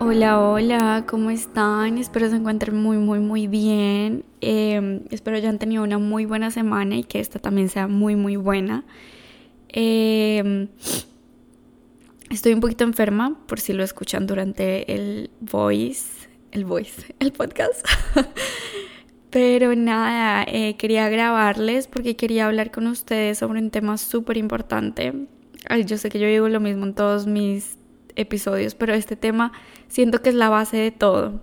Hola, hola, ¿cómo están? Espero se encuentren muy bien. Espero hayan tenido una muy buena semana y que esta también sea muy buena. Estoy un poquito enferma, por si lo escuchan durante el podcast. Pero nada, quería grabarles porque quería hablar con ustedes sobre un tema súper importante. Ay, yo sé que yo digo lo mismo en todos mis episodios, pero este tema siento que es la base de todo.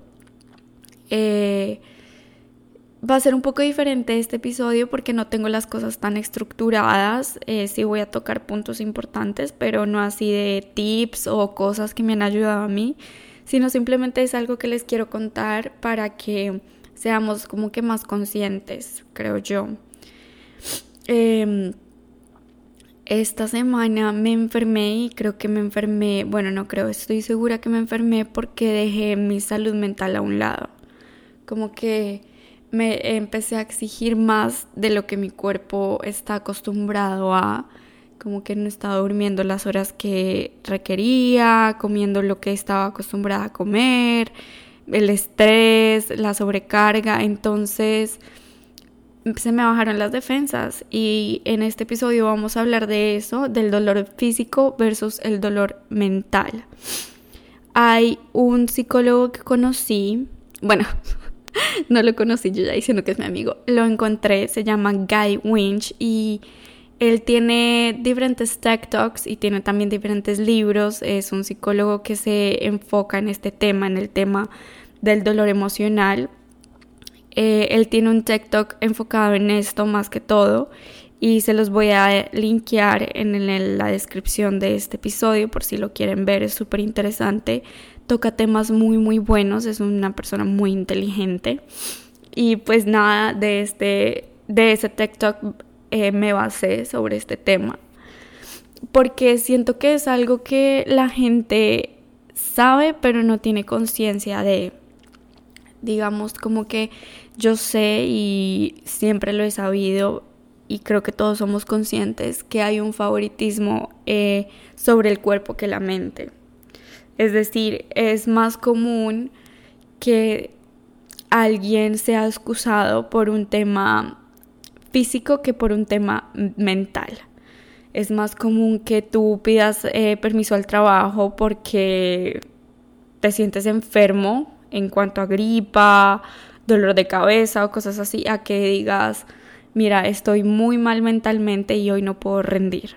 Va a ser un poco diferente este episodio porque no tengo las cosas tan estructuradas. Sí voy a tocar puntos importantes, pero no así de tips o cosas que me han ayudado a mí, sino simplemente es algo que les quiero contar para que seamos como que más conscientes, creo yo. Esta semana me enfermé y creo que me enfermé, bueno, no creo, estoy segura que me enfermé porque dejé mi salud mental a un lado. Como que me empecé a exigir más de lo que mi cuerpo está acostumbrado a, como que no estaba durmiendo las horas que requería, comiendo lo que estaba acostumbrada a comer, el estrés, la sobrecarga, entonces se me bajaron las defensas y en este episodio vamos a hablar de eso, del dolor físico versus el dolor mental. Hay un psicólogo que conocí, bueno, no lo conocí yo ya diciendo que es mi amigo, lo encontré, se llama Guy Winch y él tiene diferentes TED Talks y tiene también diferentes libros. Es un psicólogo que se enfoca en este tema, en el tema del dolor emocional. Él tiene un TED Talk enfocado en esto más que todo y se los voy a linkear en la descripción de este episodio por si lo quieren ver, es súper interesante, toca temas muy buenos, es una persona muy inteligente y pues nada, de ese TED Talk me basé sobre este tema porque siento que es algo que la gente sabe pero no tiene conciencia de. Digamos como que yo sé y siempre lo he sabido y creo que todos somos conscientes que hay un favoritismo sobre el cuerpo que la mente. Es decir, es más común que alguien sea excusado por un tema físico que por un tema mental. Es más común que tú pidas permiso al trabajo porque te sientes enfermo en cuanto a gripa, dolor de cabeza o cosas así, a que digas, mira, estoy muy mal mentalmente y hoy no puedo rendir.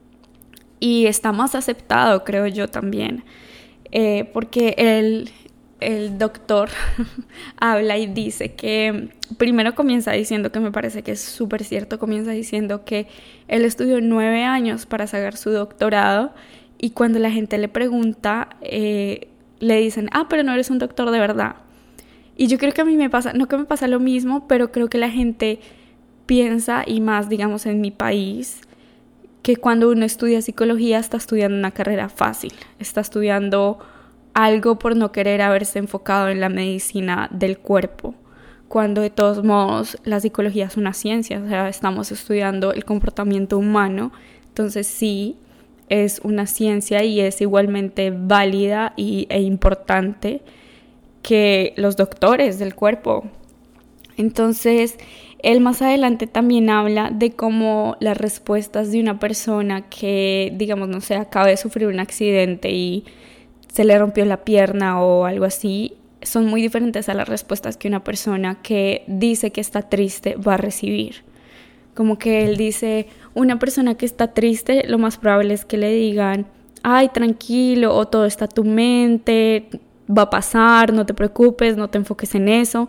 Y está más aceptado, creo yo también, porque el doctor habla y dice que, primero comienza diciendo, que me parece que es súper cierto, comienza diciendo que él estudió 9 años para sacar su doctorado y cuando la gente le pregunta, le dicen, pero no eres un doctor de verdad. Y yo creo que a mí me pasa, no que me pasa lo mismo, pero creo que la gente piensa, y más digamos en mi país, que cuando uno estudia psicología está estudiando una carrera fácil, está estudiando algo por no querer haberse enfocado en la medicina del cuerpo, cuando de todos modos la psicología es una ciencia, o sea, estamos estudiando el comportamiento humano, entonces sí, es una ciencia y es igualmente válida e importante que los doctores del cuerpo. Entonces, él más adelante también habla de cómo las respuestas de una persona que, digamos, no sé, acaba de sufrir un accidente y se le rompió la pierna o algo así, son muy diferentes a las respuestas que una persona que dice que está triste va a recibir. Como que él dice, una persona que está triste, lo más probable es que le digan, ay, tranquilo, o todo está en tu mente, va a pasar, no te preocupes, no te enfoques en eso.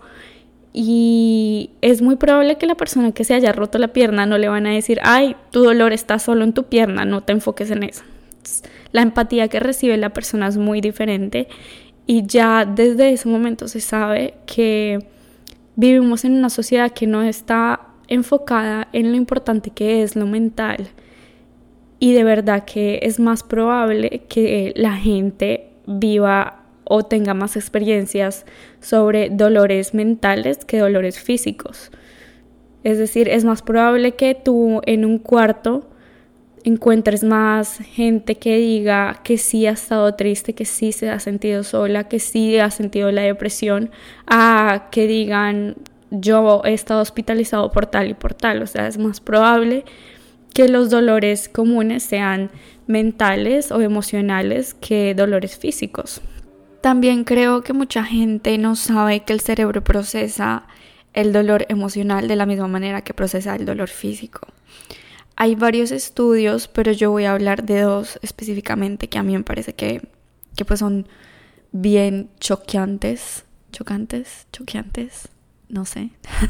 Y es muy probable que la persona que se haya roto la pierna no le van a decir, ay, tu dolor está solo en tu pierna, no te enfoques en eso. La empatía que recibe la persona es muy diferente y ya desde ese momento se sabe que vivimos en una sociedad que no está enfocada en lo importante que es lo mental y de verdad que es más probable que la gente viva o tenga más experiencias sobre dolores mentales que dolores físicos. Es decir, es más probable que tú en un cuarto encuentres más gente que diga que sí ha estado triste, que sí se ha sentido sola, que sí ha sentido la depresión, a que digan yo he estado hospitalizado por tal y por tal. O sea, es más probable que los dolores comunes sean mentales o emocionales que dolores físicos. También creo que mucha gente no sabe que el cerebro procesa el dolor emocional de la misma manera que procesa el dolor físico. Hay varios estudios, pero yo voy a hablar de dos específicamente que a mí me parece que pues son bien choqueantes, no sé.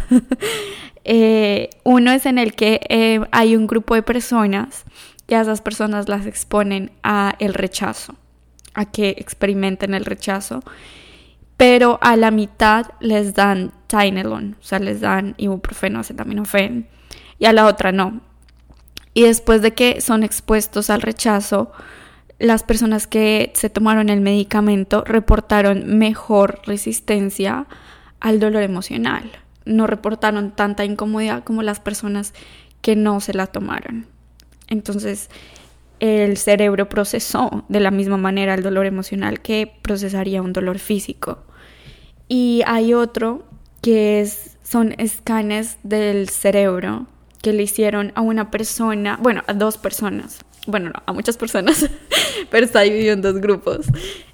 Uno es en el que hay un grupo de personas que a esas personas las exponen a el rechazo, a que experimenten el rechazo, pero a la mitad les dan Tylenol, o sea, les dan ibuprofeno, acetaminofén, y a la otra no. Y después de que son expuestos al rechazo, las personas que se tomaron el medicamento reportaron mejor resistencia al dolor emocional. No reportaron tanta incomodidad como las personas que no se la tomaron. Entonces, el cerebro procesó de la misma manera el dolor emocional que procesaría un dolor físico. Y hay otro que son escanes del cerebro que le hicieron a una persona, bueno, a dos personas, bueno, no, a muchas personas, pero está dividido en dos grupos.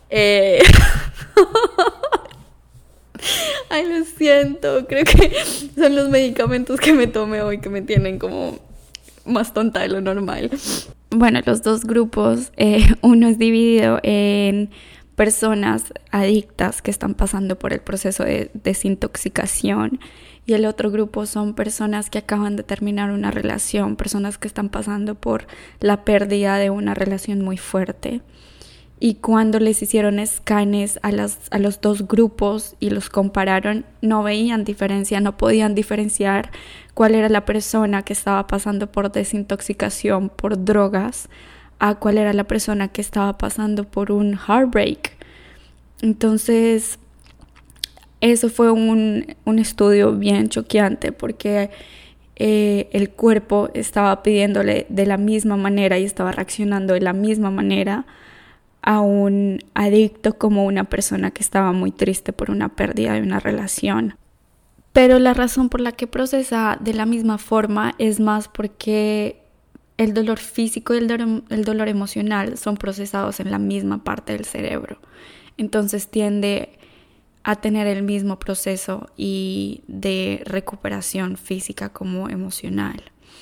Ay, lo siento, creo que son los medicamentos que me tomé hoy que me tienen como más tonta de lo normal. Bueno, los dos grupos, uno es dividido en personas adictas que están pasando por el proceso de desintoxicación, y el otro grupo son personas que acaban de terminar una relación, personas que están pasando por la pérdida de una relación muy fuerte. Y cuando les hicieron escanes a los dos grupos y los compararon, no veían diferencia, no podían diferenciar cuál era la persona que estaba pasando por desintoxicación, por drogas, a cuál era la persona que estaba pasando por un heartbreak. Entonces, eso fue un estudio bien choqueante porque el cuerpo estaba pidiéndole de la misma manera y estaba reaccionando de la misma manera a un adicto como una persona que estaba muy triste por una pérdida de una relación. Pero la razón por la que procesa de la misma forma es más porque el dolor físico y el dolor emocional son procesados en la misma parte del cerebro. Entonces tiende a tener el mismo proceso y de recuperación física como emocional.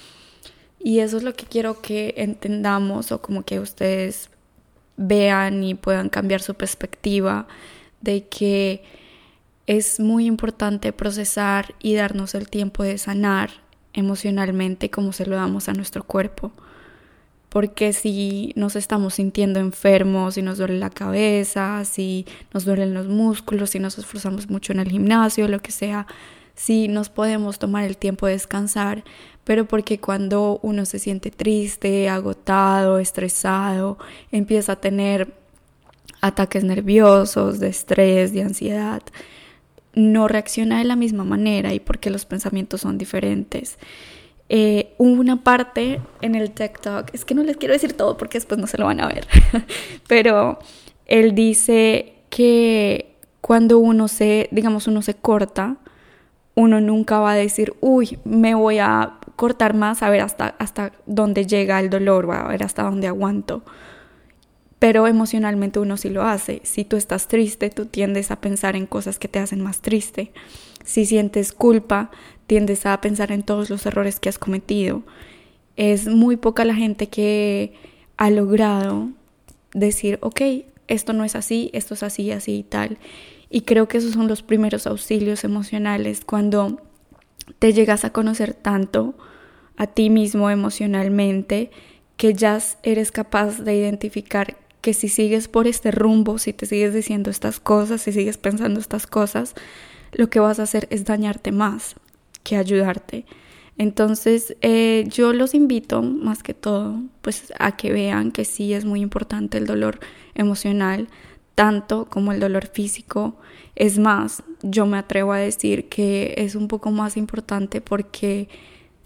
Y eso es lo que quiero que entendamos, o como que ustedes vean y puedan cambiar su perspectiva de que es muy importante procesar y darnos el tiempo de sanar emocionalmente como se lo damos a nuestro cuerpo. Porque si nos estamos sintiendo enfermos, si nos duele la cabeza, si nos duelen los músculos, si nos esforzamos mucho en el gimnasio, lo que sea, sí nos podemos tomar el tiempo de descansar, pero porque cuando uno se siente triste, agotado, estresado, empieza a tener ataques nerviosos, de estrés, de ansiedad, no reacciona de la misma manera y porque los pensamientos son diferentes. Hubo una parte en el TED Talk, es que no les quiero decir todo porque después no se lo van a ver, pero él dice que cuando uno se corta, uno nunca va a decir, uy, me voy a cortar más a ver hasta dónde llega el dolor, a ver hasta dónde aguanto. Pero emocionalmente uno sí lo hace. Si tú estás triste, tú tiendes a pensar en cosas que te hacen más triste. Si sientes culpa, tiendes a pensar en todos los errores que has cometido. Es muy poca la gente que ha logrado decir, ok, esto no es así, esto es así, así y tal. Y creo que esos son los primeros auxilios emocionales cuando te llegas a conocer tanto a ti mismo emocionalmente que ya eres capaz de identificar que si sigues por este rumbo, si te sigues diciendo estas cosas, si sigues pensando estas cosas, lo que vas a hacer es dañarte más que ayudarte. Entonces yo los invito más que todo pues a que vean que sí es muy importante el dolor emocional tanto como el dolor físico. Es más, yo me atrevo a decir que es un poco más importante porque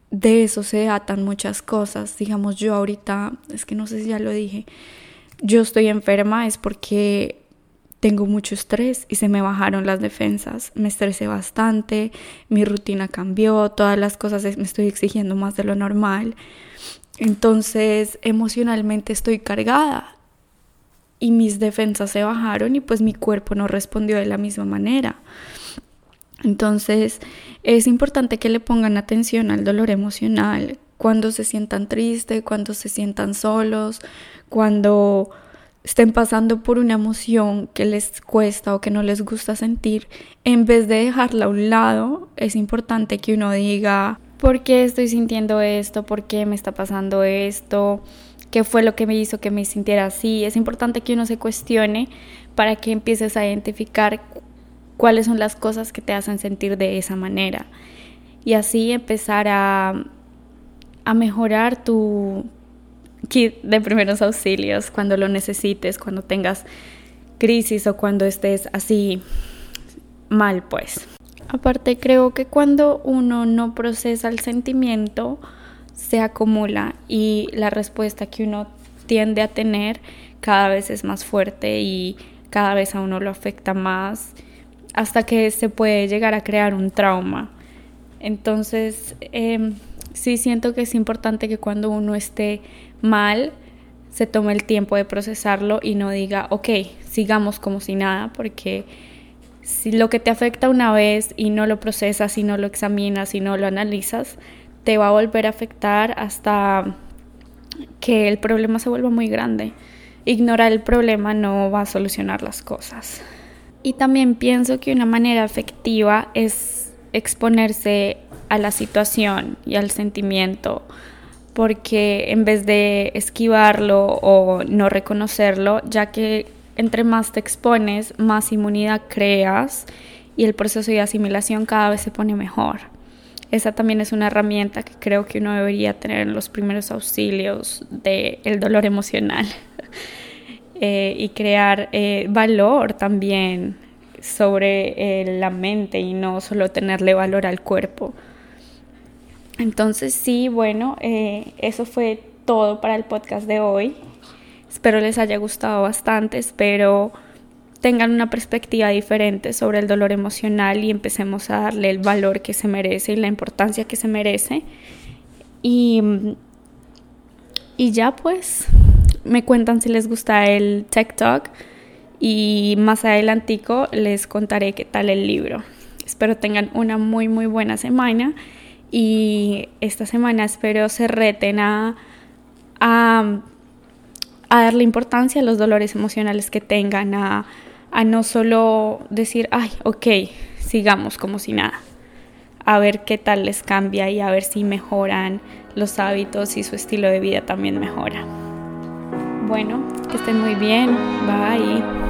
de eso se atan muchas cosas. Digamos, yo ahorita, es que no sé si ya lo dije, yo estoy enferma es porque tengo mucho estrés y se me bajaron las defensas, me estresé bastante, mi rutina cambió, todas las cosas me estoy exigiendo más de lo normal, entonces emocionalmente estoy cargada y mis defensas se bajaron y pues mi cuerpo no respondió de la misma manera. Entonces es importante que le pongan atención al dolor emocional cuando se sientan tristes, cuando se sientan solos, cuando estén pasando por una emoción que les cuesta o que no les gusta sentir. En vez de dejarla a un lado, es importante que uno diga: ¿por qué estoy sintiendo esto? ¿Por qué me está pasando esto? ¿Qué fue lo que me hizo que me sintiera así? Es importante que uno se cuestione para que empieces a identificar cuáles son las cosas que te hacen sentir de esa manera y así empezar a mejorar tu kit de primeros auxilios cuando lo necesites, cuando tengas crisis o cuando estés así mal, pues. Aparte, creo que cuando uno no procesa el sentimiento, se acumula y la respuesta que uno tiende a tener cada vez es más fuerte y cada vez a uno lo afecta más, hasta que se puede llegar a crear un trauma. Entonces, sí siento que es importante que cuando uno esté mal, se tome el tiempo de procesarlo y no diga, ok, sigamos como si nada, porque si lo que te afecta una vez y no lo procesas y no lo examinas y no lo analizas, te va a volver a afectar hasta que el problema se vuelva muy grande. Ignorar el problema no va a solucionar las cosas. Y también pienso que una manera efectiva es exponerse a la situación y al sentimiento, porque en vez de esquivarlo o no reconocerlo, ya que entre más te expones, más inmunidad creas y el proceso de asimilación cada vez se pone mejor. Esa también es una herramienta que creo que uno debería tener en los primeros auxilios del dolor emocional. Y crear valor también sobre la mente y no solo tenerle valor al cuerpo. Entonces sí, bueno, eso fue todo para el podcast de hoy. Espero les haya gustado bastante, espero tengan una perspectiva diferente sobre el dolor emocional y empecemos a darle el valor que se merece y la importancia que se merece. Y ya pues, me cuentan si les gusta el Tech Talk y más adelantico les contaré qué tal el libro. Espero tengan una muy muy buena semana y esta semana espero se reten a darle importancia a los dolores emocionales que tengan, a no solo decir, ay, ok, sigamos como si nada, a ver qué tal les cambia y a ver si mejoran los hábitos y su estilo de vida también mejora. Bueno, que estén muy bien, bye.